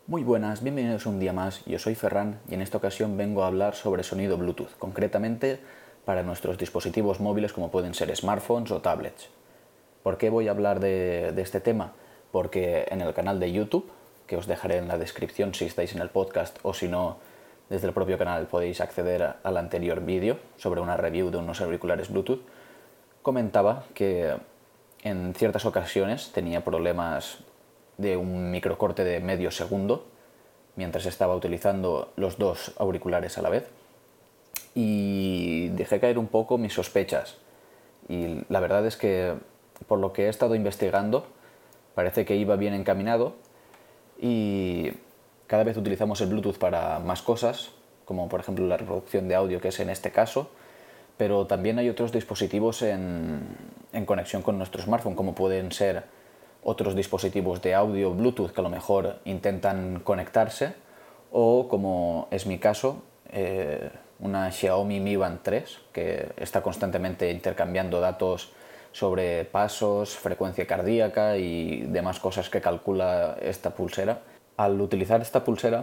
Muy buenas, bienvenidos un día más. Yo soy Ferran y en esta ocasión vengo a hablar sobre sonido Bluetooth, concretamente para nuestros dispositivos móviles como pueden ser smartphones o tablets. ¿Por qué voy a hablar de este tema? Porque en el canal de YouTube, que os dejaré en la descripción si estáis en el podcast o si no, desde el propio canal podéis acceder al anterior vídeo sobre una review de unos auriculares Bluetooth, comentaba que en ciertas ocasiones tenía problemas de un microcorte de medio segundo mientras estaba utilizando los dos auriculares a la vez y dejé caer un poco mis sospechas y la verdad es que por lo que he estado investigando parece que iba bien encaminado y cada vez utilizamos el Bluetooth para más cosas, como por ejemplo la reproducción de audio, que es en este caso, pero también hay otros dispositivos en conexión con nuestro smartphone, como pueden ser otros dispositivos de audio Bluetooth que a lo mejor intentan conectarse, o como es mi caso, una Xiaomi Mi Band 3 que está constantemente intercambiando datos sobre pasos, frecuencia cardíaca y demás cosas que calcula esta pulsera. Al utilizar esta pulsera,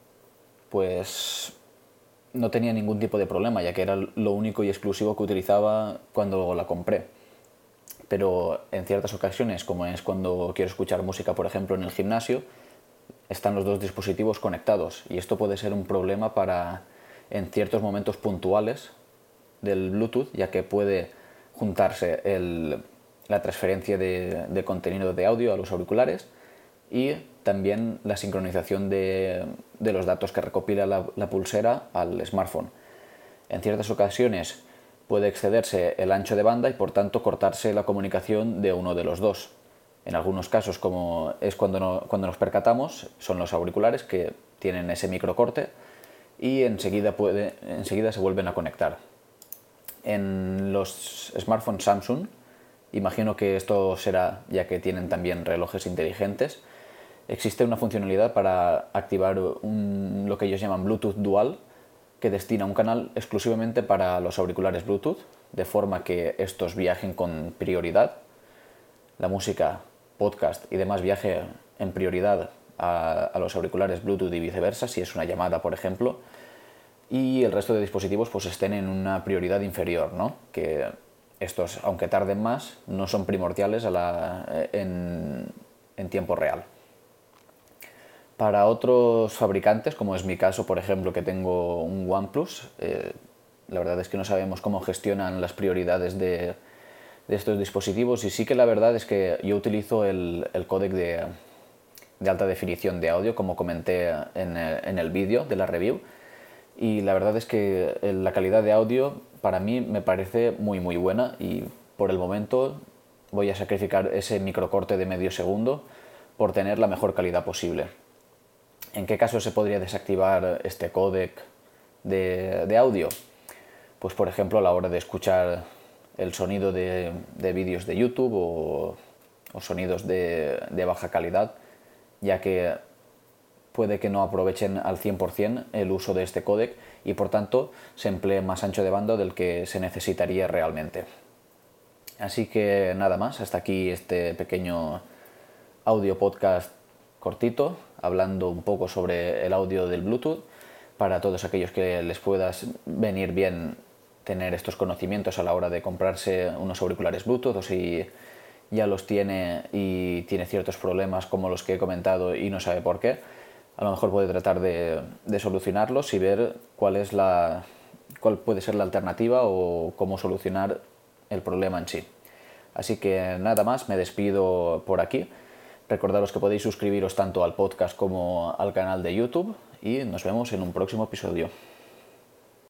pues no tenía ningún tipo de problema, ya que era lo único y exclusivo que utilizaba cuando la compré. Pero en ciertas ocasiones, como es cuando quiero escuchar música, por ejemplo, en el gimnasio, están los dos dispositivos conectados y esto puede ser un problema en ciertos momentos puntuales del Bluetooth, ya que puede juntarse la transferencia de contenido de audio a los auriculares y también la sincronización de los datos que recopila la pulsera al smartphone. En ciertas ocasiones puede excederse el ancho de banda y por tanto cortarse la comunicación de uno de los dos. En algunos casos, como es cuando nos percatamos, son los auriculares que tienen ese microcorte y enseguida se vuelven a conectar. En los smartphones Samsung, imagino que esto será ya que tienen también relojes inteligentes, existe una funcionalidad para activar lo que ellos llaman Bluetooth Dual, que destina un canal exclusivamente para los auriculares Bluetooth, de forma que estos viajen con prioridad. La música, podcast y demás viaje en prioridad a los auriculares Bluetooth y viceversa, si es una llamada, por ejemplo, y el resto de dispositivos pues estén en una prioridad inferior, ¿no? Que estos, aunque tarden más, no son primordiales en tiempo real. Para otros fabricantes, como es mi caso, por ejemplo, que tengo un OnePlus, la verdad es que no sabemos cómo gestionan las prioridades de estos dispositivos y sí que la verdad es que yo utilizo el códec de alta definición de audio, como comenté en el vídeo de la review, y la verdad es que la calidad de audio para mí me parece muy muy buena y por el momento voy a sacrificar ese microcorte de medio segundo por tener la mejor calidad posible. ¿En qué caso se podría desactivar este códec de audio? Pues por ejemplo a la hora de escuchar el sonido de vídeos de YouTube o sonidos de baja calidad, ya que puede que no aprovechen al 100% el uso de este códec y por tanto se emplee más ancho de banda del que se necesitaría realmente. Así que nada más, hasta aquí este pequeño audio podcast cortito, hablando un poco sobre el audio del Bluetooth, para todos aquellos que les pueda venir bien tener estos conocimientos a la hora de comprarse unos auriculares Bluetooth, o si ya los tiene y tiene ciertos problemas como los que he comentado y no sabe por qué, a lo mejor puede tratar de solucionarlos y ver cuál puede ser la alternativa o cómo solucionar el problema en sí. Así que nada más, me despido por aquí. Recordaros que podéis suscribiros tanto al podcast como al canal de YouTube y nos vemos en un próximo episodio.